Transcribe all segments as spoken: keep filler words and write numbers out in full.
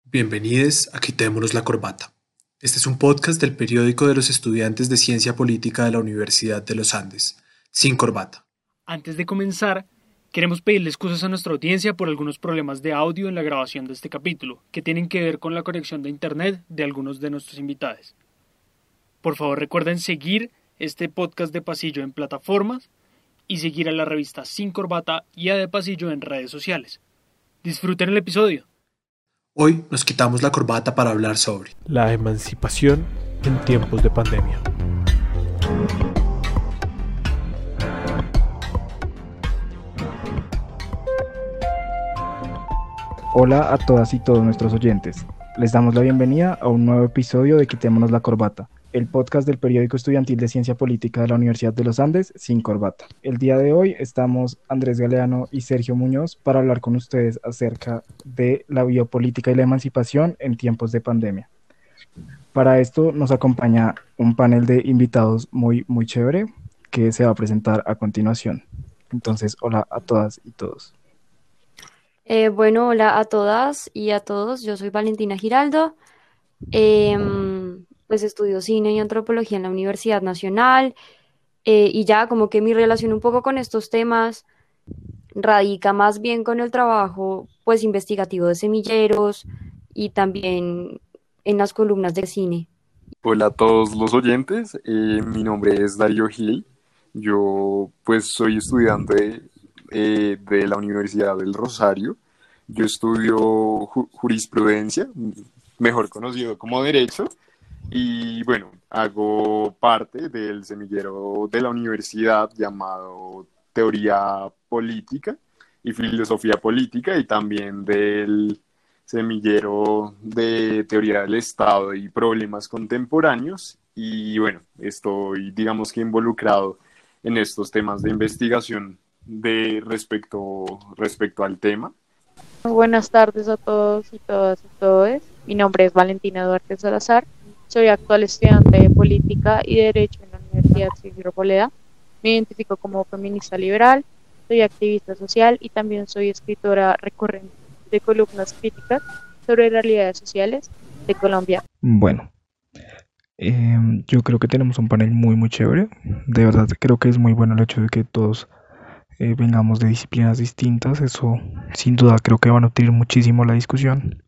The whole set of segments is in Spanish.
Bienvenidos a Quitémonos la Corbata. Este es un podcast del periódico de los estudiantes de Ciencia Política de la Universidad de los Andes, Sin Corbata. Antes de comenzar, queremos pedirle excusas a nuestra audiencia por algunos problemas de audio en la grabación de este capítulo, que tienen que ver con la conexión de internet de algunos de nuestros invitados. Por favor, recuerden seguir este podcast de Pasillo en plataformas y seguir a la revista Sin Corbata y a De Pasillo en redes sociales. Disfruten el episodio. Hoy nos quitamos la corbata para hablar sobre la emancipación en tiempos de pandemia. Hola a todas y todos nuestros oyentes. Les damos la bienvenida a un nuevo episodio de Quitémonos la Corbata, el podcast del periódico estudiantil de Ciencia Política de la Universidad de los Andes, Sin Corbata. El día de hoy estamos Andrés Galeano y Sergio Muñoz para hablar con ustedes acerca de la biopolítica y la emancipación en tiempos de pandemia. Para esto nos acompaña un panel de invitados muy, muy chévere que se va a presentar a continuación. Entonces, hola a todas y todos. Eh, bueno, hola a todas y a todos. Yo soy Valentina Giraldo. Eh, pues estudio cine y antropología en la Universidad Nacional. Eh, y ya como que mi relación un poco con estos temas radica más bien con el trabajo pues investigativo de semilleros y también en las columnas de cine. Hola a todos los oyentes, eh, mi nombre es Darío Gil, yo pues soy estudiante eh, de la Universidad del Rosario, yo estudio ju- jurisprudencia, mejor conocido como Derecho, y bueno, hago parte del semillero de la universidad llamado Teoría Política y Filosofía Política, y también del semillero de Teoría del Estado y Problemas Contemporáneos. Y bueno, estoy, digamos que involucrado en estos temas de investigación de respecto, respecto al tema. Buenas tardes a todos y todas y todes. Mi nombre es Valentina Duarte Salazar. Soy actual estudiante de Política y Derecho en la Universidad Silvio Poleda. Me identifico como feminista liberal, soy activista social y también soy escritora recurrente de columnas críticas sobre realidades sociales de Colombia. Bueno, eh, yo creo que tenemos un panel muy muy chévere. De verdad creo que es muy bueno el hecho de que todos eh, vengamos de disciplinas distintas. Eso sin duda creo que va a nutrir muchísimo la discusión.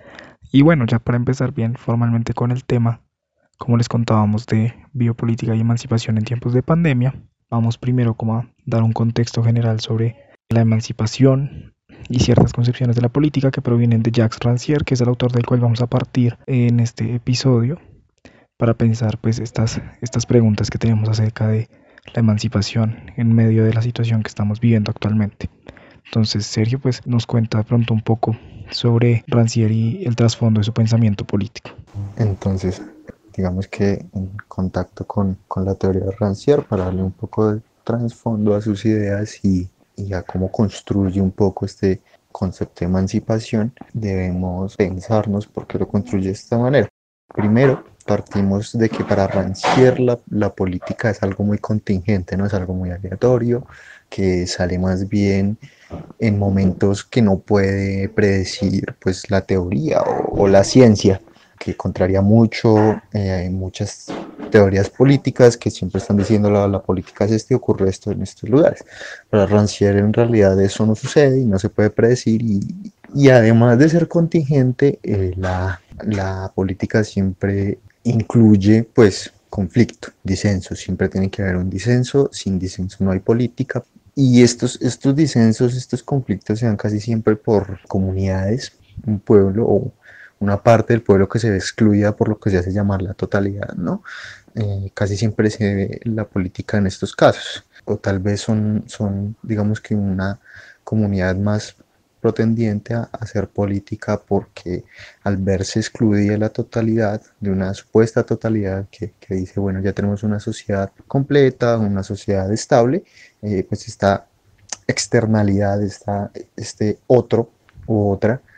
Y bueno, ya para empezar bien formalmente con el tema, como les contábamos, de biopolítica y emancipación en tiempos de pandemia, vamos primero como a dar un contexto general sobre la emancipación y ciertas concepciones de la política que provienen de Jacques Rancière, que es el autor del cual vamos a partir en este episodio para pensar pues estas, estas preguntas que tenemos acerca de la emancipación en medio de la situación que estamos viviendo actualmente. Entonces Sergio pues nos cuenta de pronto un poco sobre Rancière y el trasfondo de su pensamiento político. Entonces, digamos que en contacto con, con la teoría de Rancière, para darle un poco de trasfondo a sus ideas y, y a cómo construye un poco este concepto de emancipación, debemos pensarnos por qué lo construye de esta manera. Primero, partimos de que para Rancière la, la política es algo muy contingente, no es algo muy aleatorio, que sale más bien en momentos que no puede predecir pues la teoría o, o la ciencia, que contraria mucho eh, hay muchas teorías políticas que siempre están diciendo la, la política es esto y ocurre esto en estos lugares. Para Rancière en realidad eso no sucede y no se puede predecir y, y además de ser contingente, eh, la, la política siempre incluye pues conflicto, disenso, siempre tiene que haber un disenso, sin disenso no hay política. Y estos, estos disensos, estos conflictos se dan casi siempre por comunidades, un pueblo o una parte del pueblo que se ve excluida por lo que se hace llamar la totalidad, ¿no? Eh, casi siempre se ve la política en estos casos. O tal vez son, son digamos que una comunidad más protendiente a hacer política porque al verse excluida la totalidad, de una supuesta totalidad que, que dice, bueno, ya tenemos una sociedad completa, una sociedad estable, eh, pues esta externalidad, esta, este otro u otra,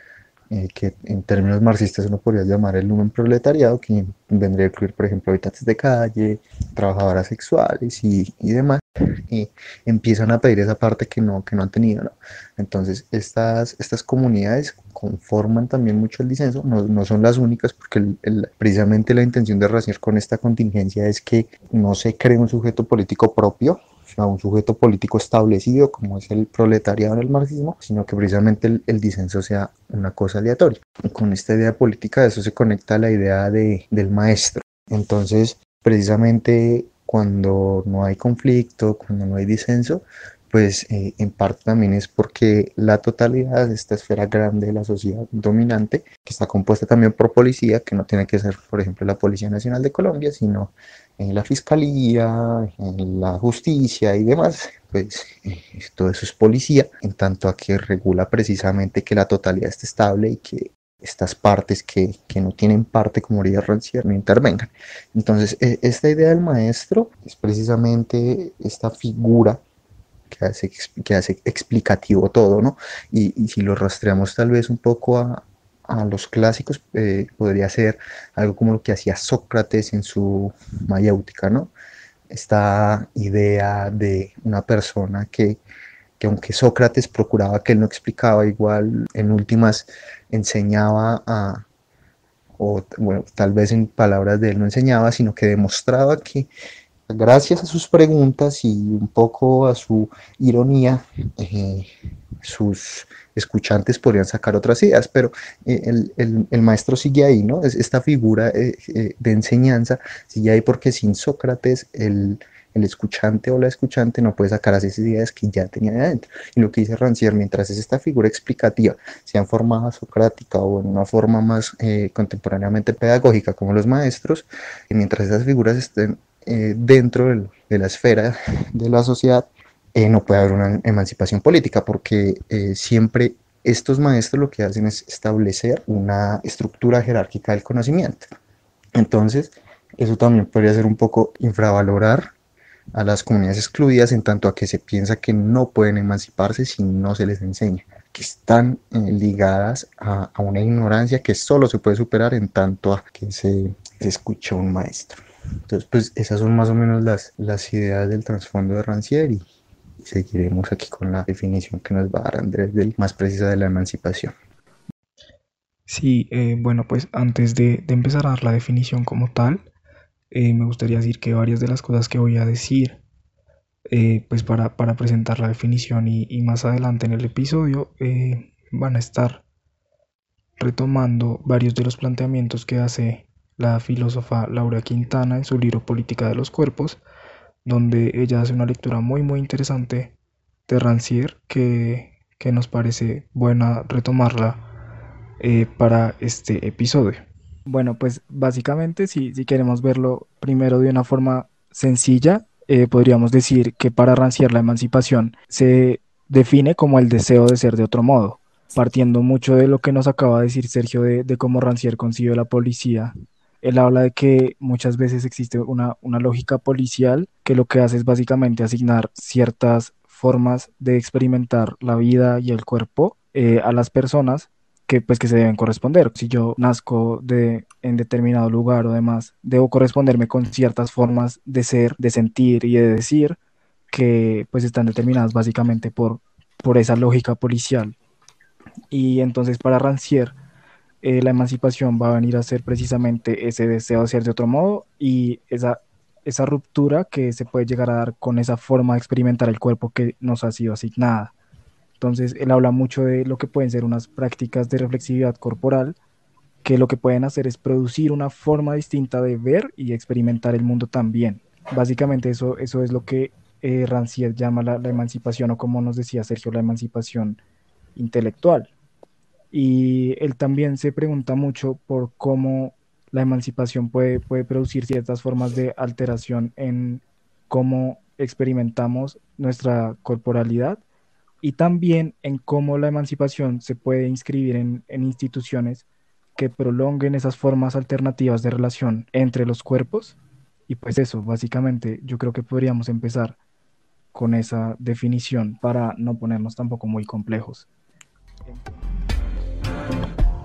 eh, que en términos marxistas uno podría llamar el numen proletariado, que vendría a incluir, por ejemplo, habitantes de calle, trabajadoras sexuales y, y demás, y empiezan a pedir esa parte que no, que no han tenido, ¿no? Entonces, estas, estas comunidades conforman también mucho el disenso, no, no son las únicas, porque el, el, precisamente la intención de Rancière con esta contingencia es que no se cree un sujeto político propio, o sea, un sujeto político establecido como es el proletariado en el marxismo, sino que precisamente el, el disenso sea una cosa aleatoria. Y con esta idea política, eso se conecta a la idea de, del maestro. Entonces, precisamente cuando no hay conflicto, cuando no hay disenso, pues eh, en parte también es porque la totalidad de esta esfera grande de la sociedad dominante, que está compuesta también por policía, que no tiene que ser, por ejemplo, la Policía Nacional de Colombia, sino en la Fiscalía, en la Justicia y demás, pues eh, todo eso es policía, en tanto a que regula precisamente que la totalidad esté estable y que estas partes que, que no tienen parte, como diría Rancière, no intervengan. Entonces, eh, esta idea del maestro es precisamente esta figura que hace, que hace explicativo todo, ¿no? Y, y si lo rastreamos tal vez un poco a, a los clásicos, eh, podría ser algo como lo que hacía Sócrates en su Mayéutica, ¿no? Esta idea de una persona que, que aunque Sócrates procuraba que él no explicaba, igual en últimas enseñaba a, o bueno, tal vez en palabras de él no enseñaba, sino que demostraba que gracias a sus preguntas y un poco a su ironía, eh, sus escuchantes podrían sacar otras ideas, pero eh, el, el, el maestro sigue ahí, ¿no? Es esta figura eh, eh, de enseñanza sigue ahí porque sin Sócrates el, el escuchante o la escuchante no puede sacar esas ideas que ya tenía de adentro. Y lo que dice Rancière, mientras es esta figura explicativa, sea en forma socrática o en una forma más eh, contemporáneamente pedagógica como los maestros, y mientras esas figuras estén Eh, dentro del, de la esfera de la sociedad, eh, no puede haber una emancipación política, porque eh, siempre estos maestros lo que hacen es establecer una estructura jerárquica del conocimiento. Entonces, eso también podría ser un poco infravalorar a las comunidades excluidas, en tanto a que se piensa que no pueden emanciparse si no se les enseña, que están eh, ligadas a, a una ignorancia que solo se puede superar en tanto a que se, se escucha un maestro. Entonces, pues esas son más o menos las, las ideas del trasfondo de Rancière, y seguiremos aquí con la definición que nos va a dar Andrés, del más precisa de la emancipación. Sí, eh, bueno, pues antes de, de empezar a dar la definición como tal, eh, me gustaría decir que varias de las cosas que voy a decir, eh, pues para, para presentar la definición y, y más adelante en el episodio, eh, van a estar retomando varios de los planteamientos que hace la filósofa Laura Quintana en su libro Política de los Cuerpos, donde ella hace una lectura muy muy interesante de Rancière que, que nos parece buena retomarla eh, para este episodio. Bueno, pues básicamente si, si queremos verlo primero de una forma sencilla, eh, podríamos decir que para Rancière la emancipación se define como el deseo de ser de otro modo, partiendo mucho de lo que nos acaba de decir Sergio de, de cómo Rancière concibe la policía. Él habla de que muchas veces existe una, una lógica policial que lo que hace es básicamente asignar ciertas formas de experimentar la vida y el cuerpo eh, a las personas que, pues, que se deben corresponder. Si yo nazco de, en determinado lugar o demás, debo corresponderme con ciertas formas de ser, de sentir y de decir que pues están determinadas básicamente por, por esa lógica policial. Y entonces para Rancière, Eh, la emancipación va a venir a ser precisamente ese deseo de ser de otro modo y esa, esa ruptura que se puede llegar a dar con esa forma de experimentar el cuerpo que nos ha sido asignada. Entonces, él habla mucho de lo que pueden ser unas prácticas de reflexividad corporal, que lo que pueden hacer es producir una forma distinta de ver y experimentar el mundo también. Básicamente eso, eso es lo que eh, Rancière llama la, la emancipación, o como nos decía Sergio, la emancipación intelectual. Y él también se pregunta mucho por cómo la emancipación puede, puede producir ciertas formas de alteración en cómo experimentamos nuestra corporalidad, y también en cómo la emancipación se puede inscribir en, en instituciones que prolonguen esas formas alternativas de relación entre los cuerpos. Y pues eso, básicamente yo creo que podríamos empezar con esa definición para no ponernos tampoco muy complejos.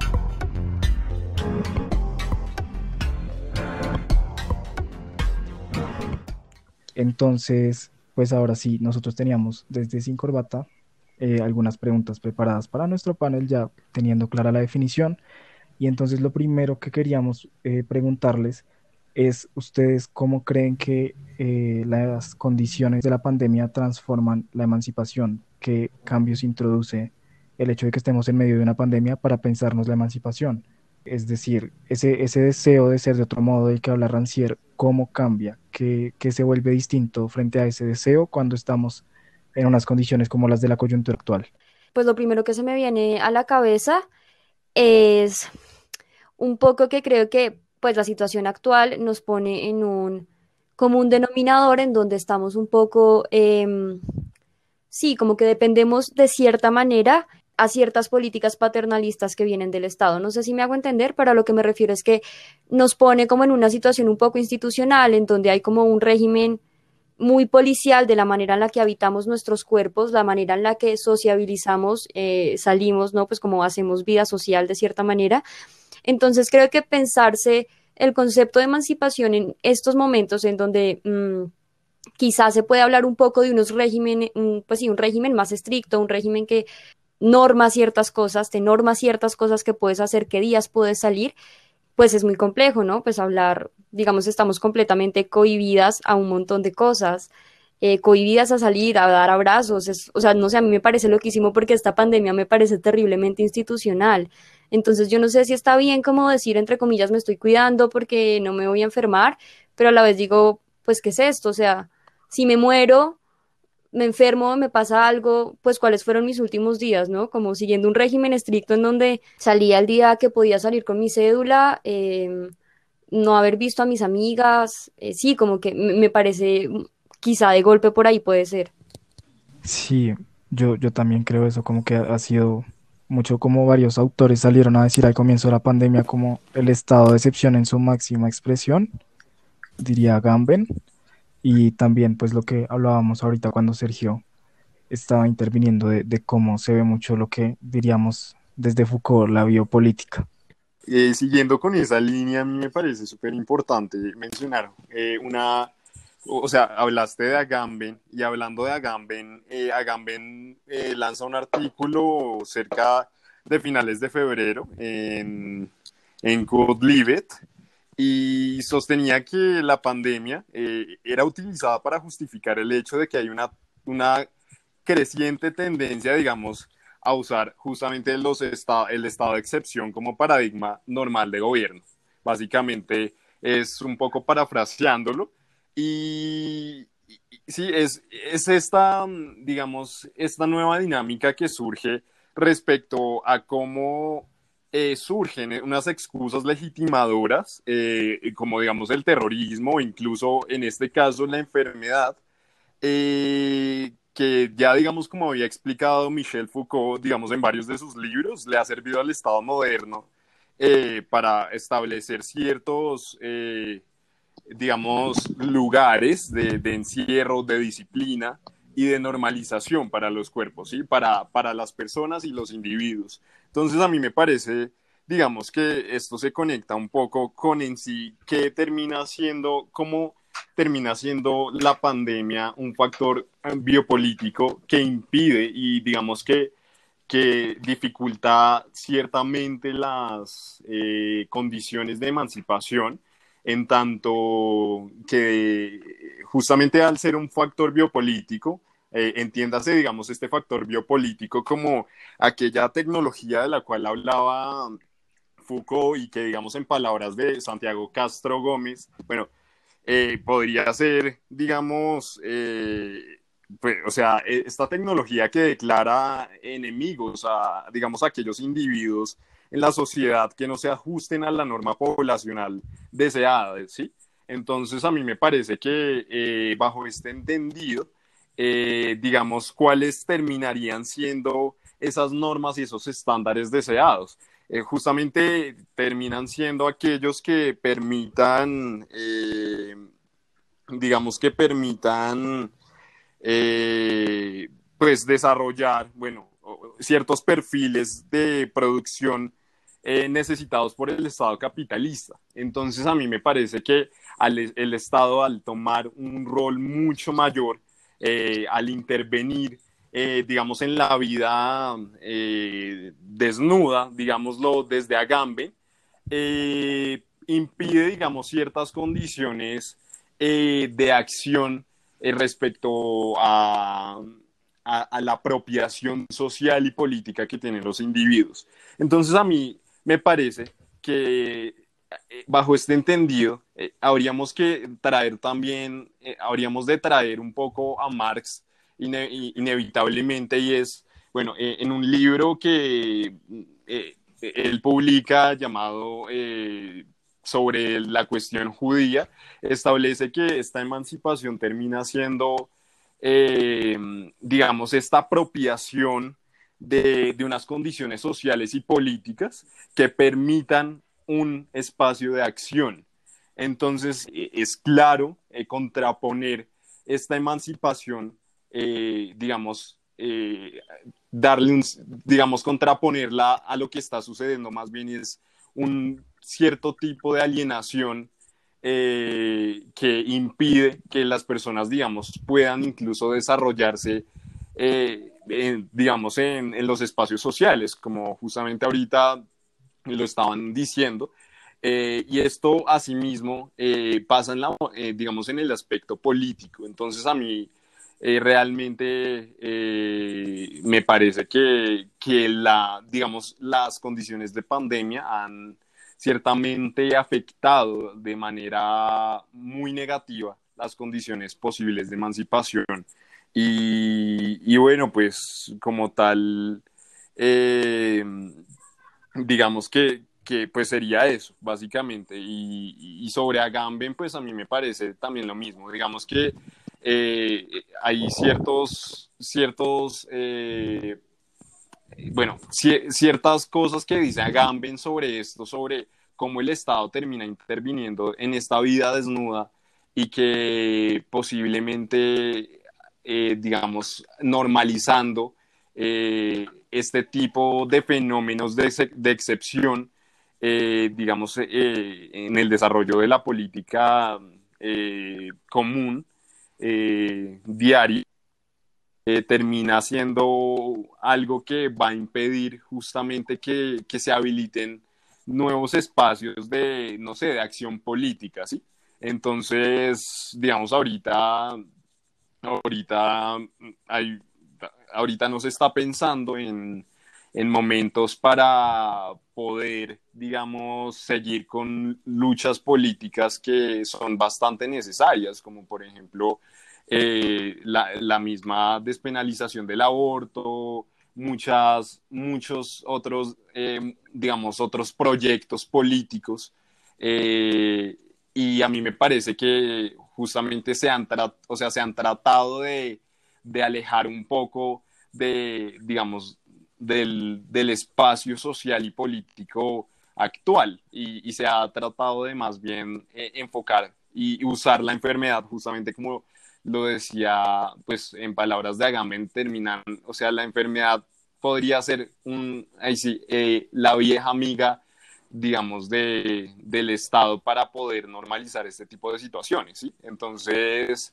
Entonces, pues ahora sí, nosotros teníamos desde Sin Corbata eh, algunas preguntas preparadas para nuestro panel, ya teniendo clara la definición. Y entonces lo primero que queríamos eh, preguntarles es, ¿ustedes cómo creen que eh, las condiciones de la pandemia transforman la emancipación? ¿Qué cambios introduce el hecho de que estemos en medio de una pandemia para pensarnos la emancipación? Es decir, ese, ese deseo de ser de otro modo del que habla Rancière, ¿cómo cambia? ¿Qué, qué se vuelve distinto frente a ese deseo cuando estamos en unas condiciones como las de la coyuntura actual? Pues lo primero que se me viene a la cabeza es un poco que creo que pues la situación actual nos pone en un común denominador en donde estamos un poco, em, sí, como que dependemos de cierta manera a ciertas políticas paternalistas que vienen del Estado. No sé si me hago entender, pero a lo que me refiero es que nos pone como en una situación un poco institucional, en donde hay como un régimen muy policial de la manera en la que habitamos nuestros cuerpos, la manera en la que sociabilizamos, eh, salimos, ¿no? Pues como hacemos vida social de cierta manera. Entonces creo que pensarse el concepto de emancipación en estos momentos en donde mmm, quizás se puede hablar un poco de unos régimen, un, pues sí, un régimen más estricto, un régimen que norma ciertas cosas, te norma ciertas cosas que puedes hacer, qué días puedes salir, pues es muy complejo, ¿no? Pues hablar, digamos, estamos completamente cohibidas a un montón de cosas, eh, cohibidas a salir, a dar abrazos, es, o sea, no sé, a mí me parece loquísimo porque esta pandemia me parece terriblemente institucional. Entonces yo no sé si está bien como decir, entre comillas, me estoy cuidando porque no me voy a enfermar, pero a la vez digo, pues, ¿qué es esto? O sea, si me muero, me enfermo, me pasa algo, pues cuáles fueron mis últimos días, ¿no? Como siguiendo un régimen estricto en donde salía el día que podía salir con mi cédula, eh, no haber visto a mis amigas, eh, sí, como que me me parece, quizá de golpe por ahí puede ser. Sí, yo, yo también creo eso, como que ha ha sido mucho como varios autores salieron a decir al comienzo de la pandemia como el estado de excepción en su máxima expresión, diría Gamben, y también pues lo que hablábamos ahorita cuando Sergio estaba interviniendo de, de cómo se ve mucho lo que diríamos desde Foucault, la biopolítica. Eh, siguiendo con esa línea, a mí me parece súper importante mencionar eh, una, o sea, hablaste de Agamben, y hablando de Agamben, eh, Agamben eh, lanza un artículo cerca de finales de febrero en, en Quodlibet, y sostenía que la pandemia eh, era utilizada para justificar el hecho de que hay una, una creciente tendencia, digamos, a usar justamente los esta el estado de excepción como paradigma normal de gobierno. Básicamente es un poco parafraseándolo y, y sí, es, es esta, digamos, esta nueva dinámica que surge respecto a cómo eh, surgen unas excusas legitimadoras, eh, como digamos el terrorismo, o incluso en este caso la enfermedad, eh, que ya digamos como había explicado Michel Foucault, digamos en varios de sus libros, le ha servido al Estado moderno eh, para establecer ciertos, eh, digamos, lugares de, de, encierro, de disciplina y de normalización para los cuerpos, ¿sí? Para, para las personas y los individuos. Entonces a mí me parece, digamos, que esto se conecta un poco con en sí qué termina siendo, cómo termina siendo la pandemia un factor biopolítico que impide y digamos que, que dificulta ciertamente las eh, condiciones de emancipación, en tanto que justamente al ser un factor biopolítico, eh, entiéndase, digamos, este factor biopolítico como aquella tecnología de la cual hablaba Foucault y que, digamos, en palabras de Santiago Castro Gómez, bueno, eh, podría ser, digamos, eh, pues, o sea, esta tecnología que declara enemigos a, digamos, a aquellos individuos en la sociedad que no se ajusten a la norma poblacional deseada, ¿sí? Entonces, a mí me parece que eh, bajo este entendido, eh, digamos, cuáles terminarían siendo esas normas y esos estándares deseados. Eh, justamente terminan siendo aquellos que permitan, eh, digamos que permitan, eh, pues desarrollar, bueno, ciertos perfiles de producción eh, necesitados por el Estado capitalista. Entonces a mí me parece que al, el Estado, al tomar un rol mucho mayor, eh, al intervenir, eh, digamos, en la vida eh, desnuda, digámoslo desde Agamben, eh, impide, digamos, ciertas condiciones eh, de acción eh, respecto a, a, a la apropiación social y política que tienen los individuos. Entonces a mí me parece que eh, bajo este entendido eh, habríamos que traer también, eh, habríamos de traer un poco a Marx ine inevitablemente, y es, bueno, eh, en un libro que eh, él publica llamado eh, sobre la cuestión judía, establece que esta emancipación termina siendo, eh, digamos, esta apropiación de, de unas condiciones sociales y políticas que permitan un espacio de acción. Entonces, es claro eh, contraponer esta emancipación, eh, digamos, eh, darle un, digamos, contraponerla a lo que está sucediendo, más bien es un cierto tipo de alienación eh, que impide que las personas, digamos, puedan incluso desarrollarse, eh, en, digamos, en, en los espacios sociales, como justamente ahorita lo estaban diciendo. Eh, y esto asimismo eh, pasa en la, eh, digamos, en el aspecto político. Entonces a mí eh, realmente eh, me parece que, que la, digamos, las condiciones de pandemia han ciertamente afectado de manera muy negativa las condiciones posibles de emancipación. Y, y bueno, pues como tal, eh, digamos que, que pues sería eso, básicamente. Y, y sobre Agamben, pues a mí me parece también lo mismo. Digamos que eh, hay ciertos, ciertos eh, bueno, ciertas cosas que dice Agamben sobre esto, sobre cómo el Estado termina interviniendo en esta vida desnuda y que posiblemente, eh, digamos, normalizando eh, este tipo de fenómenos de, ex de excepción, eh, digamos, eh, en el desarrollo de la política eh, común, eh, diaria. Eh, termina siendo algo que va a impedir justamente que, que se habiliten nuevos espacios de, no sé, de acción política, ¿sí? Entonces, digamos, ahorita, ahorita, hay, ahorita no se está pensando en, en momentos para poder, digamos, seguir con luchas políticas que son bastante necesarias, como por ejemplo, Eh, la, la misma despenalización del aborto, muchas, muchos otros, eh, digamos, otros proyectos políticos. Eh, y a mí me parece que justamente se han, o sea, se han tratado de, de alejar un poco de, digamos, del, del espacio social y político actual, y, y se ha tratado de más bien eh, enfocar y usar la enfermedad justamente como lo decía, pues en palabras de Agamben, terminan, o sea, la enfermedad podría ser un, ahí sí, eh, la vieja amiga, digamos, de, del Estado para poder normalizar este tipo de situaciones, ¿sí? Entonces,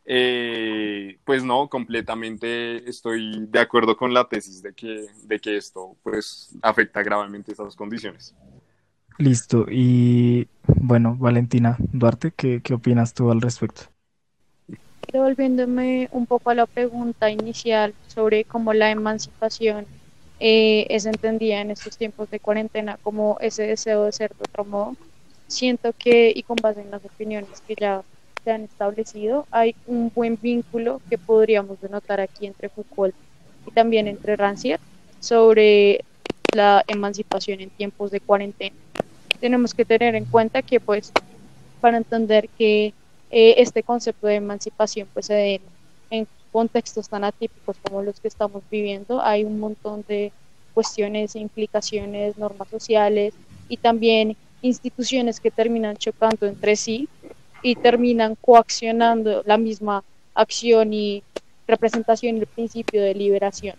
eh, pues no, completamente estoy de acuerdo con la tesis de que, de que esto, pues, afecta gravemente esas condiciones. Listo. Y bueno, Valentina Duarte, ¿qué, qué opinas tú al respecto? Devolviéndome un poco a la pregunta inicial sobre cómo la emancipación eh, es entendida en estos tiempos de cuarentena como ese deseo de ser de otro modo, siento que, y con base en las opiniones que ya se han establecido, hay un buen vínculo que podríamos denotar aquí entre Foucault y también entre Rancière sobre la emancipación en tiempos de cuarentena. Tenemos que tener en cuenta que, pues, para entender que eh, este concepto de emancipación pues se dé en, en contextos tan atípicos como los que estamos viviendo, hay un montón de cuestiones e implicaciones, normas sociales y también instituciones que terminan chocando entre sí y terminan coaccionando la misma acción y representación y el principio de liberación.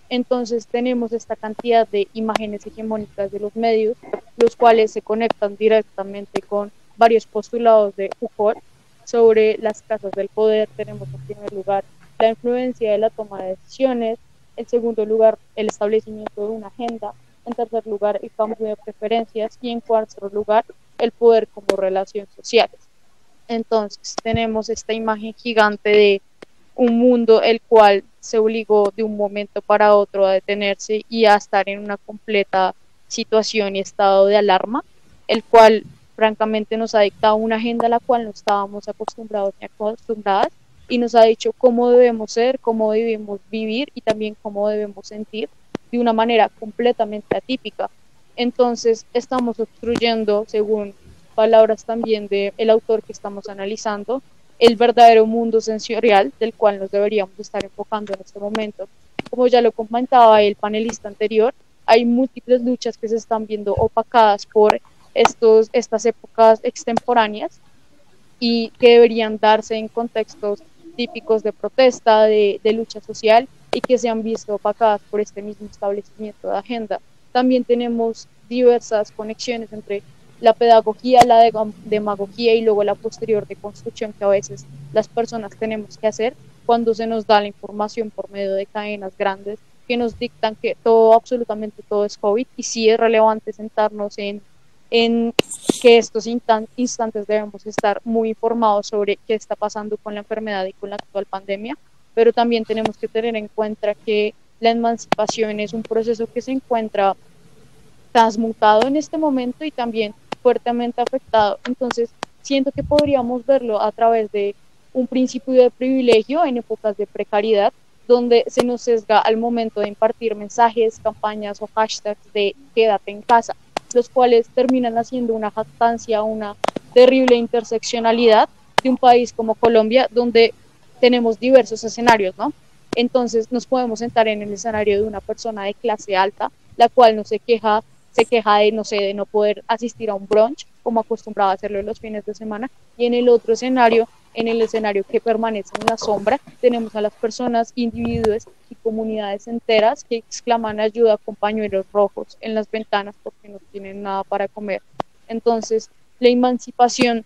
Entonces tenemos esta cantidad de imágenes hegemónicas de los medios, los cuales se conectan directamente con varios postulados de Foucault sobre las casas del poder. Tenemos en primer lugar la influencia de la toma de decisiones, en segundo lugar el establecimiento de una agenda, en tercer lugar el cambio de preferencias y en cuarto lugar el poder como relación social. Entonces tenemos esta imagen gigante de un mundo el cual se obligó de un momento para otro a detenerse y a estar en una completa situación y estado de alarma, el cual francamente nos ha dictado una agenda a la cual no estábamos acostumbrados ni acostumbradas y nos ha dicho cómo debemos ser, cómo debemos vivir y también cómo debemos sentir de una manera completamente atípica. Entonces estamos obstruyendo, según palabras también del autor que estamos analizando, el verdadero mundo sensorial del cual nos deberíamos estar enfocando en este momento. Como ya lo comentaba el panelista anterior, hay múltiples luchas que se están viendo opacadas por estos, estas épocas extemporáneas y que deberían darse en contextos típicos de protesta, de, de lucha social y que se han visto opacadas por este mismo establecimiento de agenda. También tenemos diversas conexiones entre la pedagogía, la demagogía y luego la posterior deconstrucción que a veces las personas tenemos que hacer cuando se nos da la información por medio de cadenas grandes que nos dictan que todo, absolutamente todo es COVID, y sí es relevante sentarnos en, en que estos instantes debemos estar muy informados sobre qué está pasando con la enfermedad y con la actual pandemia, pero también tenemos que tener en cuenta que la emancipación es un proceso que se encuentra transmutado en este momento y también fuertemente afectado. Entonces siento que podríamos verlo a través de un principio de privilegio en épocas de precariedad, donde se nos sesga al momento de impartir mensajes, campañas o hashtags de quédate en casa, los cuales terminan haciendo una jactancia, una terrible interseccionalidad de un país como Colombia, donde tenemos diversos escenarios, ¿no? Entonces nos podemos sentar en el escenario de una persona de clase alta, la cual no se queja se queja de, no sé, de no poder asistir a un brunch, como acostumbraba a hacerlo en los fines de semana, y en el otro escenario, en el escenario que permanece en la sombra, tenemos a las personas, individuos y comunidades enteras que exclaman ayuda con pañuelos rojos en las ventanas porque no tienen nada para comer. Entonces, la emancipación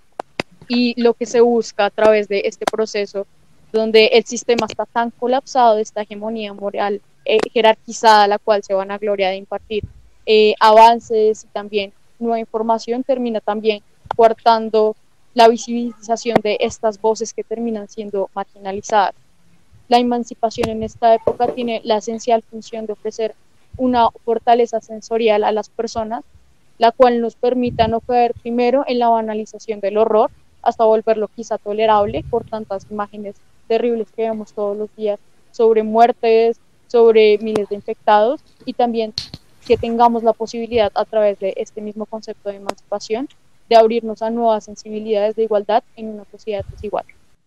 y lo que se busca a través de este proceso, donde el sistema está tan colapsado de esta hegemonía moral eh, jerarquizada, la cual se van a gloria de impartir Eh, avances y también nueva información, termina también coartando la visibilización de estas voces que terminan siendo marginalizadas. La emancipación en esta época tiene la esencial función de ofrecer una fortaleza sensorial a las personas, la cual nos permita no caer primero en la banalización del horror hasta volverlo quizá tolerable por tantas imágenes terribles que vemos todos los días sobre muertes, sobre miles de infectados, y también que tengamos la posibilidad a través de este mismo concepto de emancipación de abrirnos a nuevas sensibilidades de igualdad en una sociedad desigual.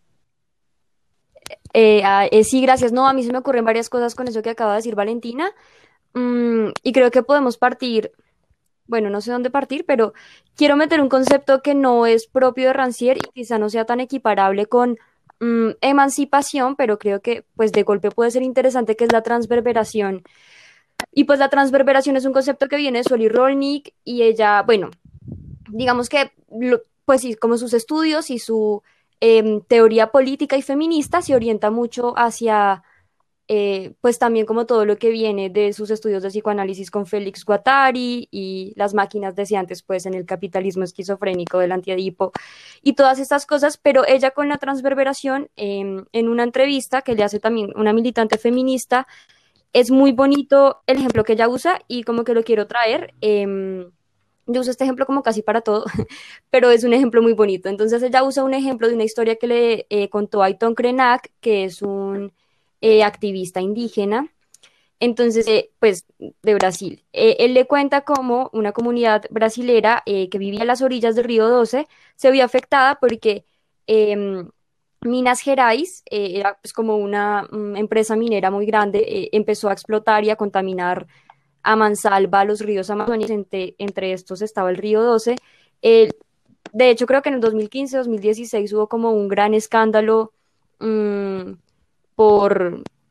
Eh, ah, eh, sí, gracias. No, a mí se me ocurren varias cosas con eso que acaba de decir Valentina, mm, y creo que podemos partir, bueno, no sé dónde partir, pero quiero meter un concepto que no es propio de Rancière y quizá no sea tan equiparable con mm, emancipación, pero creo que pues de golpe puede ser interesante, que es la transverberación. Y pues la transverberación es un concepto que viene de Solly Rolnik y ella, bueno, digamos que, lo- pues sí, como sus estudios y su em, teoría política y feminista se orienta mucho hacia, eh, pues también como todo lo que viene de sus estudios de psicoanálisis con Félix Guattari y las máquinas deseantes, pues en el capitalismo esquizofrénico del antiedipo y todas estas cosas, pero ella con la transverberación, em, en una entrevista que le hace también una militante feminista, es muy bonito el ejemplo que ella usa y como que lo quiero traer. Eh, yo uso este ejemplo como casi para todo, pero es un ejemplo muy bonito. Entonces ella usa un ejemplo de una historia que le eh, contó Ayton Krenak, que es un eh, activista indígena, entonces, eh, pues, de Brasil. Eh, él le cuenta cómo una comunidad brasilera eh, que vivía a las orillas del río doce se vio afectada porque em, Minas Gerais, eh, era pues como una mm, empresa minera muy grande, eh, empezó a explotar y a contaminar a mansalva los ríos amazónicos, entre, entre estos estaba el río doce. Eh, de hecho, creo que en el dos mil quince, dos mil dieciséis hubo como un gran escándalo mm, por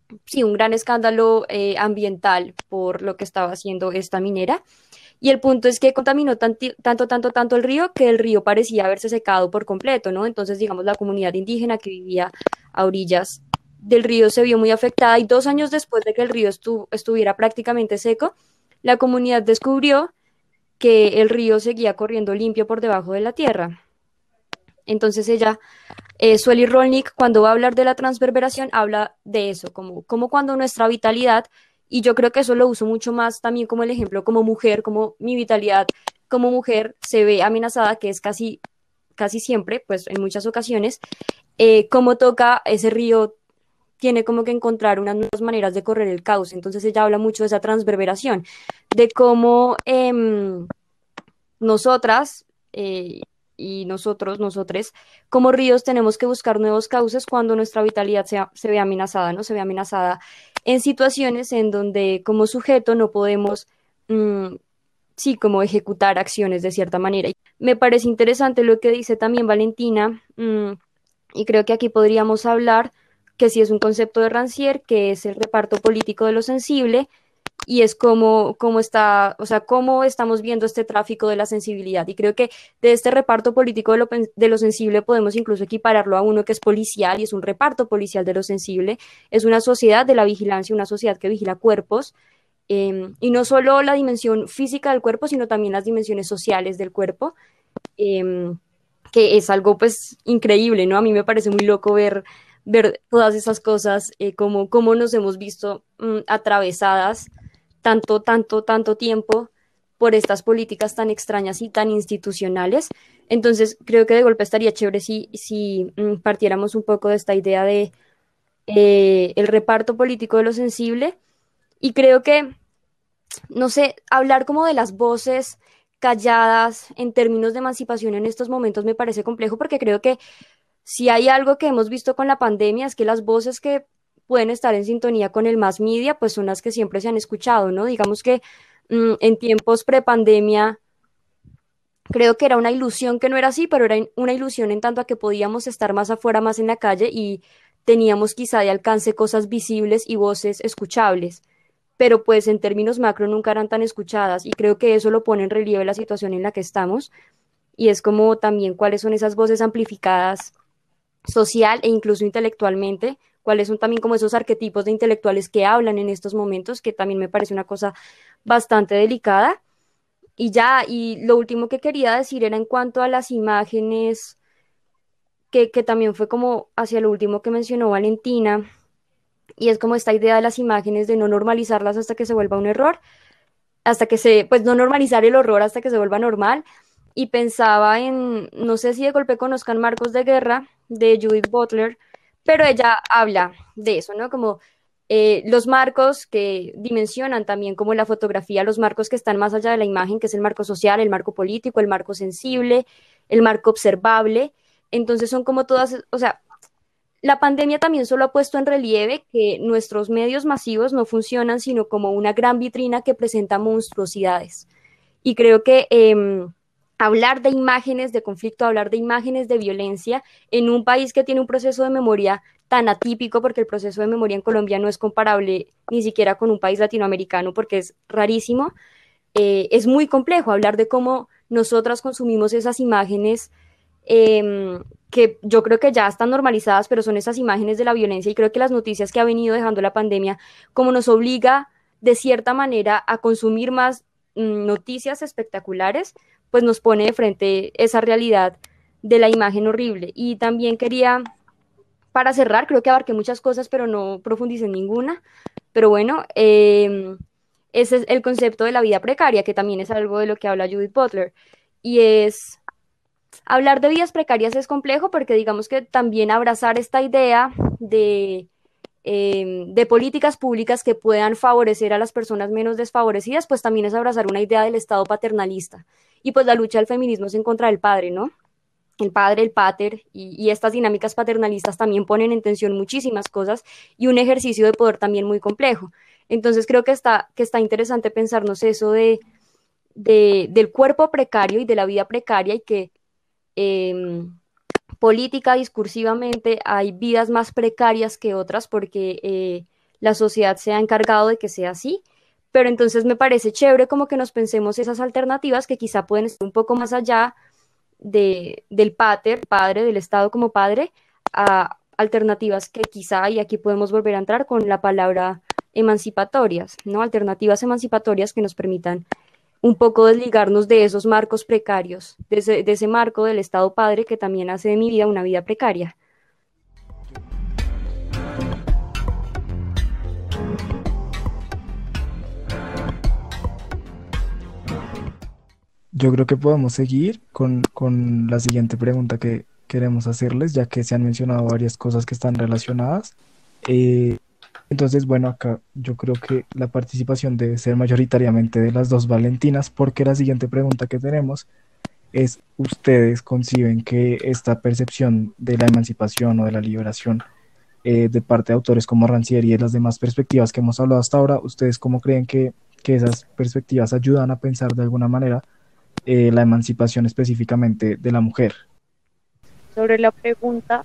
sí, un gran escándalo eh, ambiental por lo que estaba haciendo esta minera. Y el punto es que contaminó tanti- tanto, tanto, tanto el río que el río parecía haberse secado por completo, ¿no? Entonces, digamos, la comunidad indígena que vivía a orillas del río se vio muy afectada y dos años después de que el río estu- estuviera prácticamente seco, la comunidad descubrió que el río seguía corriendo limpio por debajo de la tierra. Entonces ella, eh, Sueli Rolnik, cuando va a hablar de la transverberación, habla de eso, como, como cuando nuestra vitalidad, y yo creo que eso lo uso mucho más también como el ejemplo como mujer, como mi vitalidad como mujer se ve amenazada, que es casi, casi siempre, pues en muchas ocasiones, eh, cómo toca ese río, tiene como que encontrar unas nuevas maneras de correr el cauce. Entonces ella habla mucho de esa transverberación, de cómo eh, nosotras eh, y nosotros, nosotres, como ríos tenemos que buscar nuevos cauces cuando nuestra vitalidad sea- se ve amenazada, ¿no? Se ve amenazada en situaciones en donde como sujeto no podemos, mm, sí, como ejecutar acciones de cierta manera. Me parece interesante lo que dice también Valentina, mm, y creo que aquí podríamos hablar que sí es un concepto de Rancière, que es el reparto político de lo sensible, y es como, como está, o sea, cómo estamos viendo este tráfico de la sensibilidad. Y creo que de este reparto político de lo, de lo sensible podemos incluso equipararlo a uno que es policial y es un reparto policial de lo sensible. Es una sociedad de la vigilancia, una sociedad que vigila cuerpos. Eh, y no solo la dimensión física del cuerpo, sino también las dimensiones sociales del cuerpo, eh, que es algo pues increíble, ¿no? A mí me parece muy loco ver, ver todas esas cosas, eh, como, como nos hemos visto mm, atravesadas tanto, tanto, tanto tiempo por estas políticas tan extrañas y tan institucionales. Entonces, creo que de golpe estaría chévere si, si mm, partiéramos un poco de esta idea de eh, el reparto político de lo sensible. Y creo que, no sé, hablar como de las voces calladas en términos de emancipación en estos momentos me parece complejo porque creo que si hay algo que hemos visto con la pandemia es que las voces que pueden estar en sintonía con el mass media, pues son las que siempre se han escuchado, ¿no? Digamos que mm, en tiempos prepandemia creo que era una ilusión que no era así, pero era in- una ilusión en tanto a que podíamos estar más afuera, más en la calle y teníamos quizá de alcance cosas visibles y voces escuchables, pero pues en términos macro nunca eran tan escuchadas y creo que eso lo pone en relieve la situación en la que estamos y es como también cuáles son esas voces amplificadas social e incluso intelectualmente, cuáles son también como esos arquetipos de intelectuales que hablan en estos momentos, que también me parece una cosa bastante delicada. Y ya, y lo último que quería decir era en cuanto a las imágenes, que, que también fue como hacia lo último que mencionó Valentina, y es como esta idea de las imágenes de no normalizarlas hasta que se vuelva un error, hasta que se, pues no normalizar el horror hasta que se vuelva normal. Y pensaba en, no sé si de golpe conozcan Marcos de Guerra, de Judith Butler, pero ella habla de eso, ¿no? Como eh, los marcos que dimensionan también como la fotografía, los marcos que están más allá de la imagen, que es el marco social, el marco político, el marco sensible, el marco observable. Entonces son como todas, o sea, la pandemia también solo ha puesto en relieve que nuestros medios masivos no funcionan sino como una gran vitrina que presenta monstruosidades. Y creo que eh, hablar de imágenes de conflicto, hablar de imágenes de violencia en un país que tiene un proceso de memoria tan atípico, porque el proceso de memoria en Colombia no es comparable ni siquiera con un país latinoamericano, porque es rarísimo, eh, es muy complejo hablar de cómo nosotras consumimos esas imágenes eh, que yo creo que ya están normalizadas, pero son esas imágenes de la violencia y creo que las noticias que ha venido dejando la pandemia, como nos obliga de cierta manera a consumir más mm, noticias espectaculares, pues nos pone de frente esa realidad de la imagen horrible. Y también quería, para cerrar, creo que abarqué muchas cosas, pero no profundicé en ninguna, pero bueno, eh, ese es el concepto de la vida precaria, que también es algo de lo que habla Judith Butler, y es hablar de vidas precarias es complejo porque digamos que también abrazar esta idea de, eh, de políticas públicas que puedan favorecer a las personas menos desfavorecidas, pues también es abrazar una idea del Estado paternalista. Y pues la lucha del feminismo es en contra del padre, ¿no? El padre, el pater, y, y estas dinámicas paternalistas también ponen en tensión muchísimas cosas y un ejercicio de poder también muy complejo. Entonces creo que está, que está interesante pensarnos eso de, de, del cuerpo precario y de la vida precaria y que eh, política, discursivamente, hay vidas más precarias que otras porque eh, la sociedad se ha encargado de que sea así, pero entonces me parece chévere como que nos pensemos esas alternativas que quizá pueden estar un poco más allá de, del pater, padre, del Estado como padre, a alternativas que quizá, y aquí podemos volver a entrar con la palabra emancipatorias, ¿no? Alternativas emancipatorias que nos permitan un poco desligarnos de esos marcos precarios, de ese, de ese marco del Estado padre que también hace de mi vida una vida precaria. Yo creo que podemos seguir con, con la siguiente pregunta que queremos hacerles, ya que se han mencionado varias cosas que están relacionadas. Eh, entonces, bueno, acá yo creo que la participación debe ser mayoritariamente de las dos Valentinas, porque la siguiente pregunta que tenemos es, ¿ustedes conciben que esta percepción de la emancipación o de la liberación eh, de parte de autores como Rancière y de las demás perspectivas que hemos hablado hasta ahora, ustedes cómo creen que, que esas perspectivas ayudan a pensar de alguna manera eh, la emancipación específicamente de la mujer? Sobre la pregunta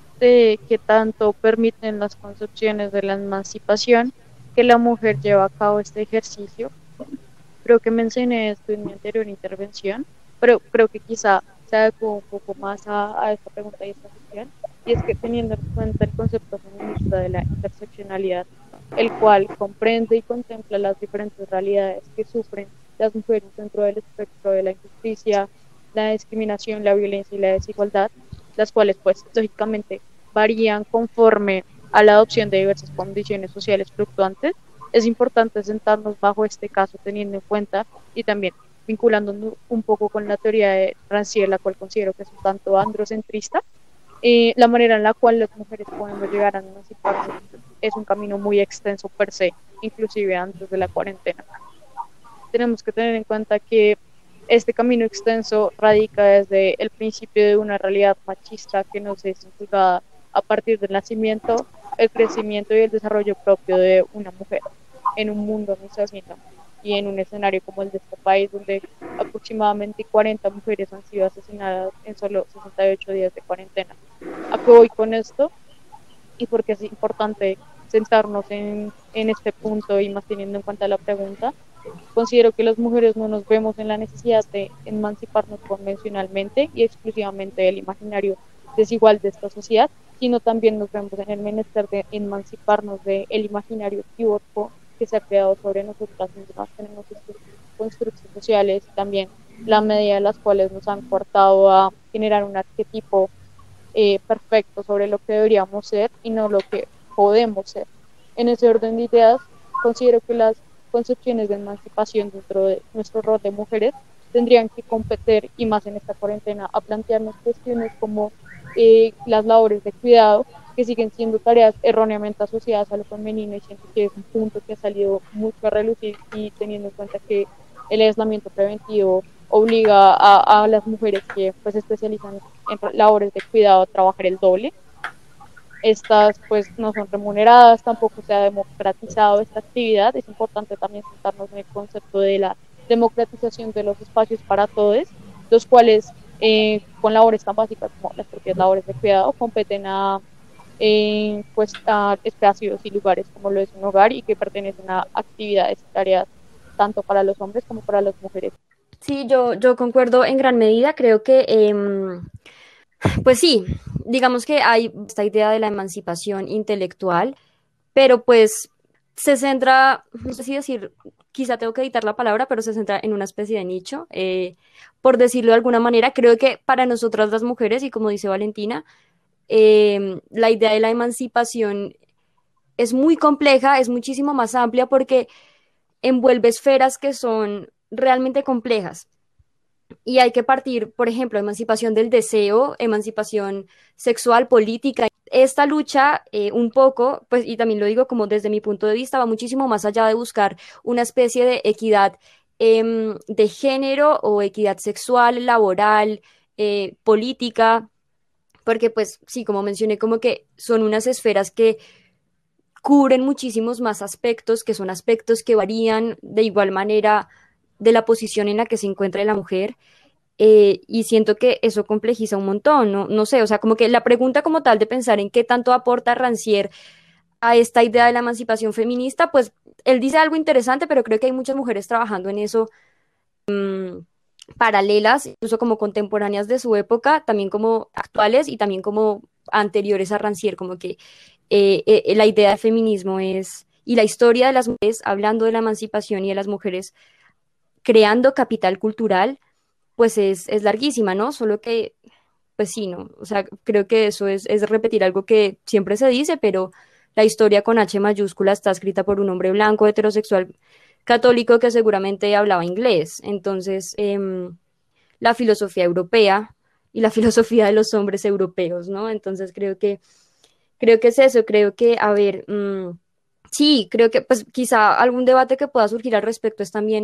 de qué tanto permiten las concepciones de la emancipación que la mujer lleva a cabo este ejercicio, creo que mencioné esto en mi anterior intervención, pero creo que quizá se adecua un poco más a, a esta pregunta y esta cuestión, y es que teniendo en cuenta el concepto feminista de la interseccionalidad, el cual comprende y contempla las diferentes realidades que sufren las mujeres dentro del espectro de la injusticia, la discriminación, la violencia y la desigualdad, las cuales pues lógicamente varían conforme a la adopción de diversas condiciones sociales fluctuantes, es importante sentarnos bajo este caso teniendo en cuenta y también vinculándonos un poco con la teoría de Rancière, la cual considero que es un tanto androcentrista, eh, la manera en la cual las mujeres podemos llegar a emanciparnos es un camino muy extenso per se, inclusive antes de la cuarentena. Tenemos que tener en cuenta que este camino extenso radica desde el principio de una realidad machista que nos es inculcada a partir del nacimiento, el crecimiento y el desarrollo propio de una mujer en un mundo misógino y en un escenario como el de este país, donde aproximadamente cuarenta mujeres han sido asesinadas en solo sesenta y ocho días de cuarentena. ¿A qué voy con esto? Y porque es importante sentarnos en, en este punto y más teniendo en cuenta la pregunta, considero que las mujeres no nos vemos en la necesidad de emanciparnos convencionalmente y exclusivamente del imaginario desigual de esta sociedad, sino también nos vemos en el menester de emanciparnos del imaginario equívoco que se ha creado sobre nosotras mismas. Tenemos estos constructos sociales y también la medida de las cuales nos han cortado a generar un arquetipo eh, perfecto sobre lo que deberíamos ser y no lo que podemos ser. En ese orden de ideas, considero que las concepciones de emancipación dentro de nuestro rol de mujeres tendrían que competir, y más en esta cuarentena, a plantearnos cuestiones como eh, las labores de cuidado, que siguen siendo tareas erróneamente asociadas a lo femenino, y siento que es un punto que ha salido mucho a relucir, y teniendo en cuenta que el aislamiento preventivo obliga a, a las mujeres que pues, se especializan en labores de cuidado a trabajar el doble. Estas pues no son remuneradas, tampoco se ha democratizado esta actividad. Es importante también sentarnos en el concepto de la democratización de los espacios para todos, los cuales eh, con labores tan básicas como las propias labores de cuidado competen a, eh, pues, a espacios y lugares como lo es un hogar y que pertenecen a actividades y tareas tanto para los hombres como para las mujeres. Sí, yo, yo concuerdo en gran medida, creo que... Eh, Pues sí, digamos que hay esta idea de la emancipación intelectual, pero pues se centra, no sé si decir, quizá tengo que editar la palabra, pero se centra en una especie de nicho, eh, por decirlo de alguna manera. Creo que para nosotras las mujeres, y como dice Valentina, eh, la idea de la emancipación es muy compleja, es muchísimo más amplia porque envuelve esferas que son realmente complejas. Y hay que partir, por ejemplo, emancipación del deseo, emancipación sexual, política. Esta lucha, eh, un poco, pues, y también lo digo como desde mi punto de vista, va muchísimo más allá de buscar una especie de equidad eh, de género o equidad sexual, laboral, eh, política, porque, pues, sí, como mencioné, como que son unas esferas que cubren muchísimos más aspectos, que son aspectos que varían de igual manera de la posición en la que se encuentra la mujer, eh, y siento que eso complejiza un montón, ¿no? No sé, o sea, como que la pregunta como tal de pensar en qué tanto aporta Rancière a esta idea de la emancipación feminista, pues él dice algo interesante, pero creo que hay muchas mujeres trabajando en eso, paralelas, incluso como contemporáneas de su época, también como actuales y también como anteriores a Rancière, como que eh, eh, la idea del feminismo es, y la historia de las mujeres, hablando de la emancipación y de las mujeres creando capital cultural, pues es, es larguísima, ¿no? Solo que, pues sí, ¿no? O sea, creo que eso es, es repetir algo que siempre se dice, pero la historia con H mayúscula está escrita por un hombre blanco, heterosexual, católico que seguramente hablaba inglés. Entonces, em, la filosofía europea y la filosofía de los hombres europeos, ¿no? Entonces creo que, creo que es eso, creo que, a ver, mmm, sí, creo que pues quizá algún debate que pueda surgir al respecto es también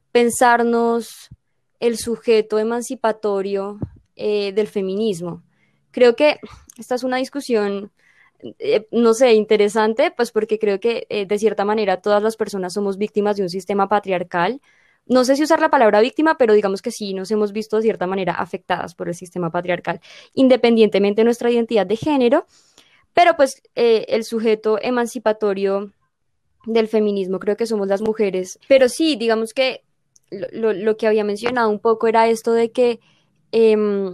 pensarnos el sujeto emancipatorio eh, del feminismo. Creo que esta es una discusión, eh, no sé, interesante, pues porque creo que eh, de cierta manera todas las personas somos víctimas de un sistema patriarcal. No sé si usar la palabra víctima, pero digamos que sí nos hemos visto de cierta manera afectadas por el sistema patriarcal, independientemente de nuestra identidad de género, pero pues eh, el sujeto emancipatorio del feminismo creo que somos las mujeres. Pero sí, digamos que lo, lo, lo que había mencionado un poco era esto de que eh,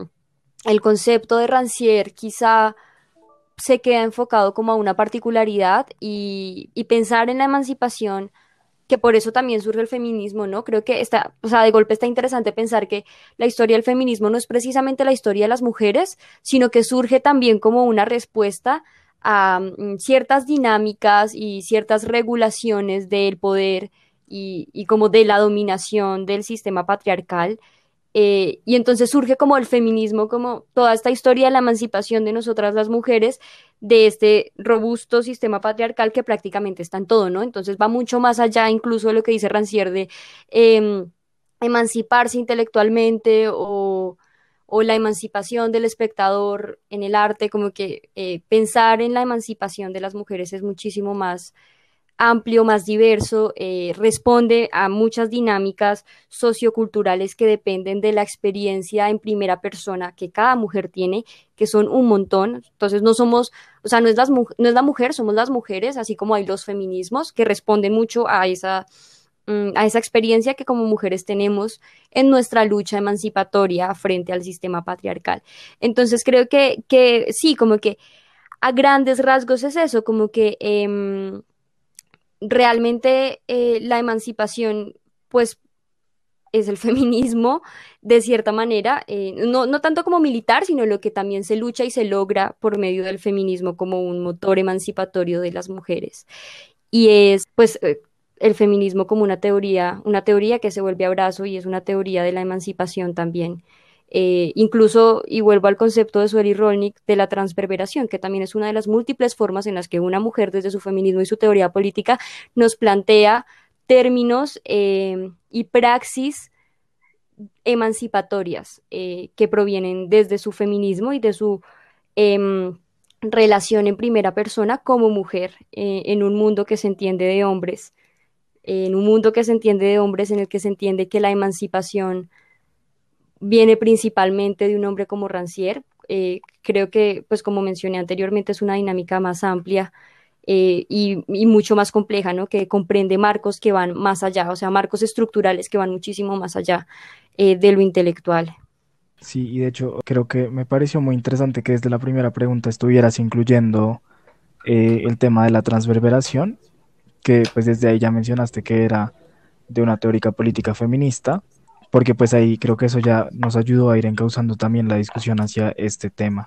el concepto de Rancière quizá se queda enfocado como a una particularidad y, y pensar en la emancipación, que por eso también surge el feminismo, ¿no? Creo que está, o sea, de golpe está interesante pensar que la historia del feminismo no es precisamente la historia de las mujeres, sino que surge también como una respuesta a mm, ciertas dinámicas y ciertas regulaciones del poder y, y como de la dominación del sistema patriarcal. Eh, y entonces surge como el feminismo, como toda esta historia de la emancipación de nosotras las mujeres, de este robusto sistema patriarcal que prácticamente está en todo, ¿no? Entonces va mucho más allá incluso de lo que dice Rancière de eh, emanciparse intelectualmente o, o, la emancipación del espectador en el arte, como que eh, pensar en la emancipación de las mujeres es muchísimo más amplio, más diverso, eh, responde a muchas dinámicas socioculturales que dependen de la experiencia en primera persona que cada mujer tiene, que son un montón. Entonces no somos, o sea, no es, las, no es la mujer, somos las mujeres, así como hay los feminismos que responden mucho a esa, a esa experiencia que como mujeres tenemos en nuestra lucha emancipatoria frente al sistema patriarcal. Entonces creo que, que sí, como que a grandes rasgos es eso, como que eh, realmente eh, la emancipación, pues, es el feminismo, de cierta manera, eh, no, no tanto como militar, sino lo que también se lucha y se logra por medio del feminismo como un motor emancipatorio de las mujeres. Y es, pues, eh, el feminismo como una teoría, una teoría que se vuelve abrazo y es una teoría de la emancipación también. Eh, incluso, y vuelvo al concepto de Sueli Rolnik, de la transverberación, que también es una de las múltiples formas en las que una mujer, desde su feminismo y su teoría política, nos plantea términos eh, y praxis emancipatorias eh, que provienen desde su feminismo y de su eh, relación en primera persona como mujer eh, en un mundo que se entiende de hombres, eh, en un mundo que se entiende de hombres en el que se entiende que la emancipación viene principalmente de un hombre como Rancière. Eh, creo que, pues como mencioné anteriormente, es una dinámica más amplia eh, y, y, mucho más compleja, ¿no? Que comprende marcos que van más allá, o sea, marcos estructurales que van muchísimo más allá eh, de lo intelectual. Sí, y de hecho creo que me pareció muy interesante que desde la primera pregunta estuvieras incluyendo eh, el tema de la transverberación, que pues desde ahí ya mencionaste que era de una teórica política feminista, porque pues ahí creo que eso ya nos ayudó a ir encauzando también la discusión hacia este tema.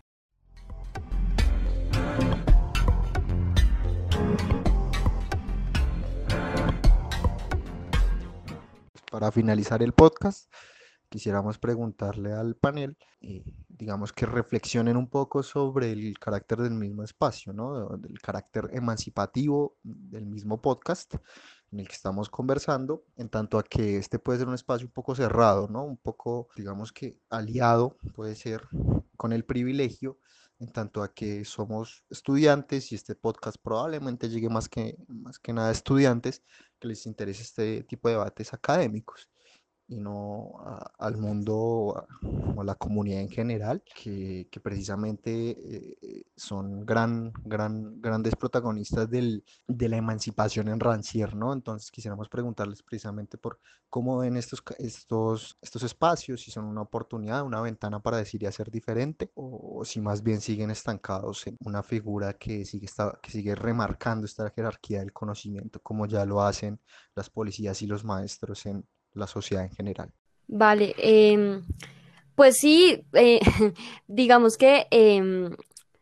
Para finalizar el podcast, quisiéramos preguntarle al panel, eh, digamos que reflexionen un poco sobre el carácter del mismo espacio, ¿no? Del carácter emancipativo del mismo podcast en el que estamos conversando, en tanto a que este puede ser un espacio un poco cerrado, ¿no? Un poco, digamos que aliado puede ser con el privilegio, en tanto a que somos estudiantes y este podcast probablemente llegue más que, más que nada a estudiantes que les interese este tipo de debates académicos. y no a- al mundo o a, o a la comunidad en general, que, que precisamente eh, eh, son gran, gran, grandes protagonistas del, de la emancipación en Rancière, ¿no? Entonces quisiéramos preguntarles precisamente por cómo ven estos, ca- estos, estos espacios, si son una oportunidad, una ventana para decir y hacer diferente, o, o si más bien siguen estancados en una figura que sigue, esta- que sigue remarcando esta jerarquía del conocimiento, como ya lo hacen las policías y los maestros en la sociedad en general. Vale, em, pues sí, eh, digamos que em,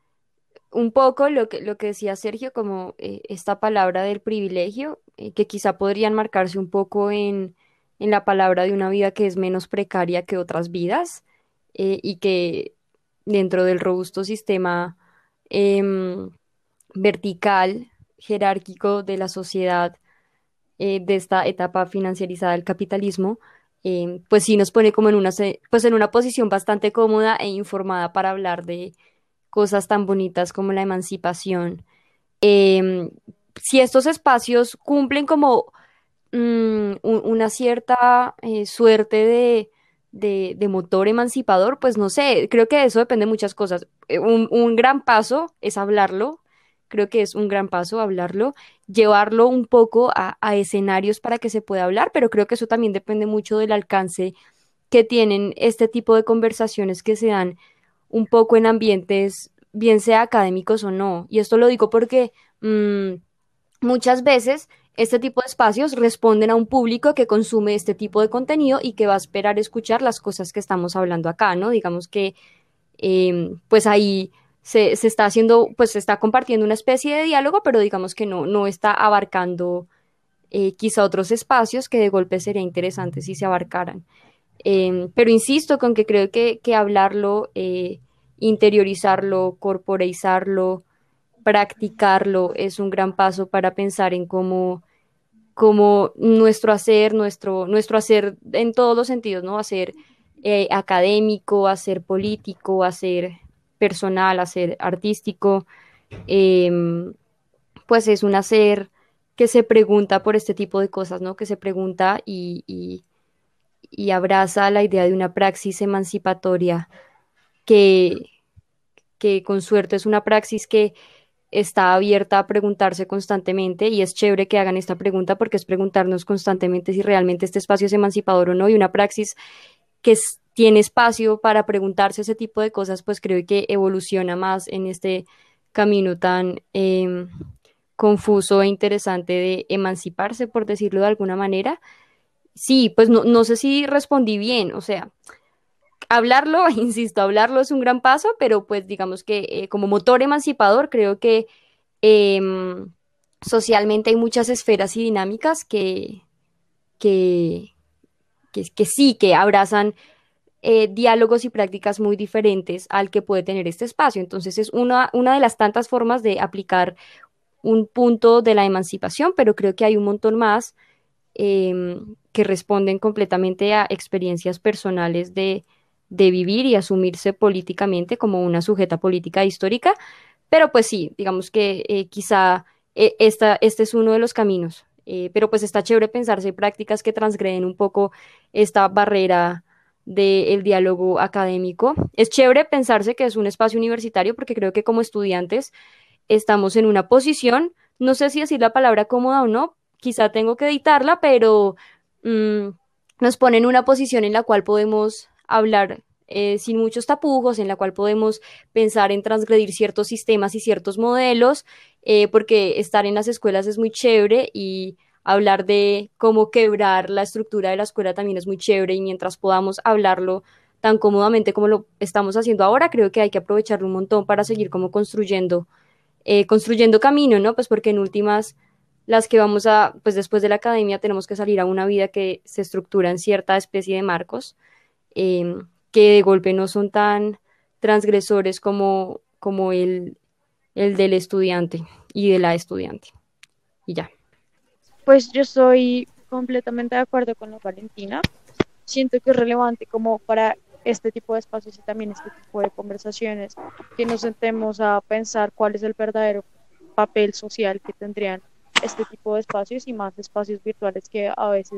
un poco lo que, lo que decía Sergio, como eh, esta palabra del privilegio, eh, que quizá podría enmarcarse un poco en, en la palabra de una vida que es menos precaria que otras vidas, eh, y que dentro del robusto sistema em, vertical, jerárquico de la sociedad, eh, de esta etapa financiarizada del capitalismo, eh, pues sí nos pone como en una, se- pues en una posición bastante cómoda e informada para hablar de cosas tan bonitas como la emancipación. Em, si estos espacios cumplen como mm, un- una cierta eh, suerte de, de, de motor emancipador, pues no sé, creo que de eso depende de muchas cosas. Eh, Un, un gran paso es hablarlo, creo que es un gran paso hablarlo, llevarlo un poco a, a escenarios para que se pueda hablar, pero creo que eso también depende mucho del alcance que tienen este tipo de conversaciones que se dan un poco en ambientes, bien sea académicos o no. Y esto lo digo porque mm, muchas veces este tipo de espacios responden a un público que consume este tipo de contenido y que va a esperar escuchar las cosas que estamos hablando acá, ¿no? Digamos que eh, pues ahí se, se está haciendo, pues se está compartiendo una especie de diálogo, pero digamos que no, no está abarcando eh, quizá otros espacios que de golpe sería interesante si se abarcaran. Eh, pero insisto con que creo que, que hablarlo, eh, interiorizarlo, corporeizarlo, practicarlo es un gran paso para pensar en cómo, cómo nuestro hacer, nuestro, nuestro hacer en todos los sentidos, ¿no? Hacer eh, académico, hacer político, hacer personal, hacer artístico, eh, pues es un hacer que se pregunta por este tipo de cosas, ¿no? Que se pregunta y, y, y abraza la idea de una praxis emancipatoria que, que con suerte es una praxis que está abierta a preguntarse constantemente y es chévere que hagan esta pregunta porque es preguntarnos constantemente si realmente este espacio es emancipador o no y una praxis que es- tiene espacio para preguntarse ese tipo de cosas, pues creo que evoluciona más en este camino tan eh, confuso e interesante de emanciparse, por decirlo de alguna manera. Sí, pues no, no sé si respondí bien, o sea, hablarlo, insisto, hablarlo es un gran paso, pero pues digamos que eh, como motor emancipador creo que em, socialmente hay muchas esferas y dinámicas que, que, que, que sí, que abrazan eh, diálogos y prácticas muy diferentes al que puede tener este espacio. Entonces es una, una de las tantas formas de aplicar un punto de la emancipación, pero creo que hay un montón más em, que responden completamente a experiencias personales de, de vivir y asumirse políticamente como una sujeta política histórica. Pero pues sí, digamos que eh, quizá eh, esta, este es uno de los caminos. Eh, pero pues está chévere pensarse en prácticas que transgreden un poco esta barrera del diálogo académico. Es chévere pensarse que es un espacio universitario porque creo que como estudiantes estamos en una posición, no sé si decir la palabra cómoda o no, quizá tengo que editarla, pero mm, nos pone en una posición en la cual podemos hablar eh, sin muchos tapujos, en la cual podemos pensar en transgredir ciertos sistemas y ciertos modelos, eh, porque estar en las escuelas es muy chévere y hablar de cómo quebrar la estructura de la escuela también es muy chévere y mientras podamos hablarlo tan cómodamente como lo estamos haciendo ahora, creo que hay que aprovecharlo un montón para seguir como construyendo eh, construyendo camino, ¿no? Pues porque en últimas, las que vamos a, pues después de la academia tenemos que salir a una vida que se estructura en cierta especie de marcos, eh, que de golpe no son tan transgresores como, como el, el del estudiante y de la estudiante. Y ya. Pues yo estoy completamente de acuerdo con la Valentina. Siento que es relevante como para este tipo de espacios y también este tipo de conversaciones que nos sentemos a pensar cuál es el verdadero papel social que tendrían este tipo de espacios y más espacios virtuales que a veces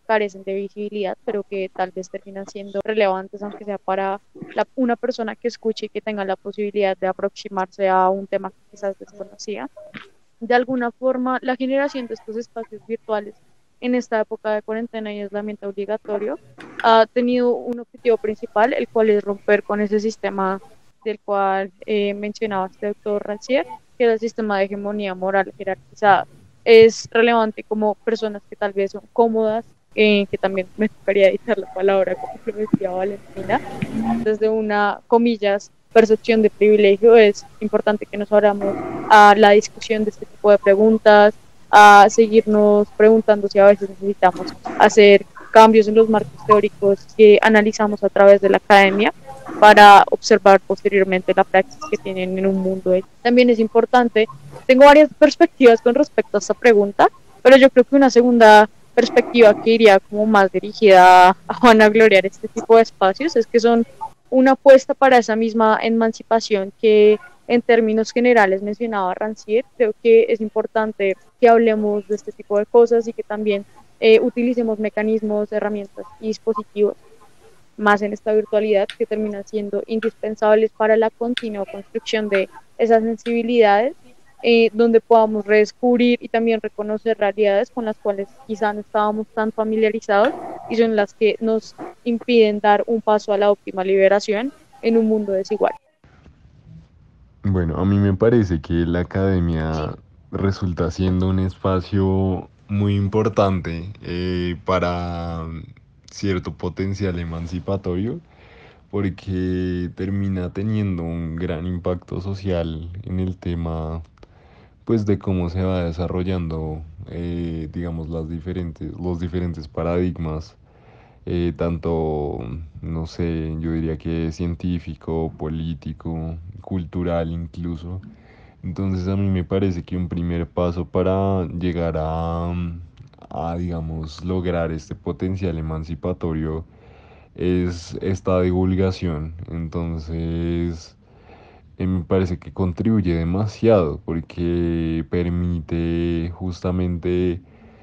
carecen de visibilidad, pero que tal vez terminan siendo relevantes, aunque sea para la, una persona que escuche y que tenga la posibilidad de aproximarse a un tema que quizás desconocía. De alguna forma, la generación de estos espacios virtuales en esta época de cuarentena y aislamiento obligatorio ha tenido un objetivo principal, el cual es romper con ese sistema del cual eh, mencionaba este doctor Rancière, que es el sistema de hegemonía moral jerarquizada. Es relevante como personas que tal vez son cómodas, eh, que también me tocaría editar la palabra, como lo decía Valentina, desde una, comillas, percepción de privilegio. Es importante que nos abramos a la discusión de este tipo de preguntas, a seguirnos preguntando si a veces necesitamos hacer cambios en los marcos teóricos que analizamos a través de la academia para observar posteriormente la praxis que tienen en un mundo. También es importante, tengo varias perspectivas con respecto a esta pregunta, pero yo creo que una segunda perspectiva que iría como más dirigida a vanagloriar este tipo de espacios es que son una apuesta para esa misma emancipación que en términos generales mencionaba Rancière. Creo que es importante que hablemos de este tipo de cosas y que también eh, utilicemos mecanismos, herramientas y dispositivos más en esta virtualidad que terminan siendo indispensables para la continua construcción de esas sensibilidades, eh, donde podamos redescubrir y también reconocer realidades con las cuales quizá no estábamos tan familiarizados y son las que nos impiden dar un paso a la óptima liberación en un mundo desigual. Bueno, a mí me parece que la academia resulta siendo un espacio muy importante eh, para cierto potencial emancipatorio, porque termina teniendo un gran impacto social en el tema, pues, de cómo se va desarrollando, eh, digamos, las diferentes, los diferentes paradigmas, eh, tanto, no sé, yo diría que científico, político, cultural incluso. Entonces a mí me parece que un primer paso para llegar a, a, digamos, lograr este potencial emancipatorio es esta divulgación. Entonces, eh, me parece que contribuye demasiado porque permite justamente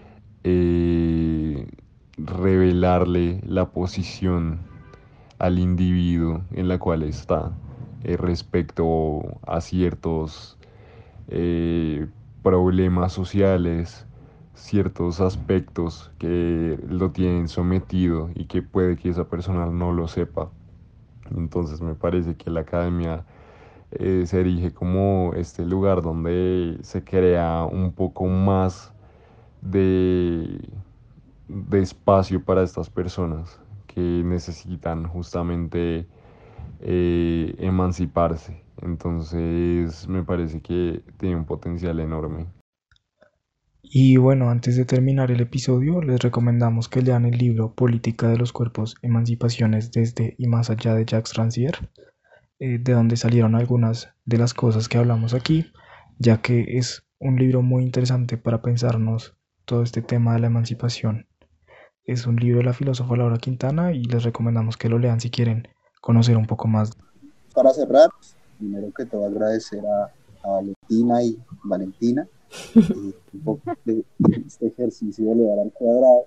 eh, revelarle la posición al individuo en la cual está eh, respecto a ciertos eh, problemas sociales, ciertos aspectos que lo tienen sometido y que puede que esa persona no lo sepa. Entonces me parece que la academia eh, se erige como este lugar donde se crea un poco más de, de espacio para estas personas que necesitan justamente eh, emanciparse. Entonces me parece que tiene un potencial enorme. Y bueno, antes de terminar el episodio, les recomendamos que lean el libro Política de los Cuerpos, Emancipaciones desde y más allá de Jacques Rancière, eh, de donde salieron algunas de las cosas que hablamos aquí, ya que es un libro muy interesante para pensarnos todo este tema de la emancipación. Es un libro de la filósofa Laura Quintana y les recomendamos que lo lean si quieren conocer un poco más. Para cerrar, primero que todo agradecer a, a Valentina y Valentina eh, un poco de, de este ejercicio de elevar al cuadrado,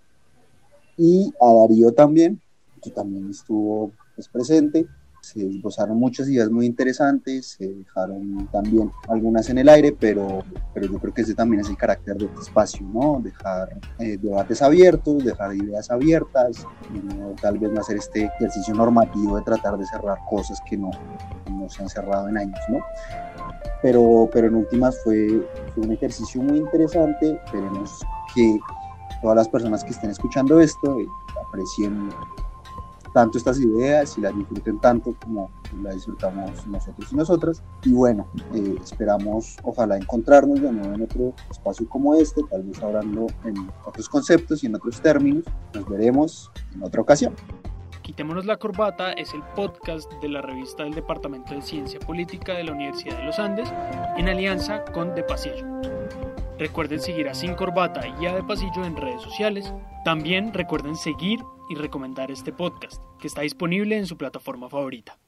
y a Darío también, que también estuvo pues, presente. Se esbozaron muchas ideas muy interesantes, se dejaron también algunas en el aire, pero, pero yo creo que ese también es el carácter de este espacio, ¿no? Dejar eh, debates abiertos, dejar ideas abiertas, y no, tal vez no hacer este ejercicio normativo de tratar de cerrar cosas que no, no se han cerrado en años, ¿no? Pero, pero en últimas fue, fue un ejercicio muy interesante. Esperemos que todas las personas que estén escuchando esto eh, aprecien tanto estas ideas y las disfruten tanto como las disfrutamos nosotros y nosotras. Y bueno, eh, esperamos ojalá encontrarnos de nuevo en otro espacio como este, tal vez hablando en otros conceptos y en otros términos. Nos veremos en otra ocasión. Quitémonos la corbata es el podcast de la revista del Departamento de Ciencia Política de la Universidad de los Andes en alianza con De Pasillo. Recuerden seguir a Sin Corbata y a De Pasillo en redes sociales. También recuerden seguir y recomendar este podcast, que está disponible en su plataforma favorita.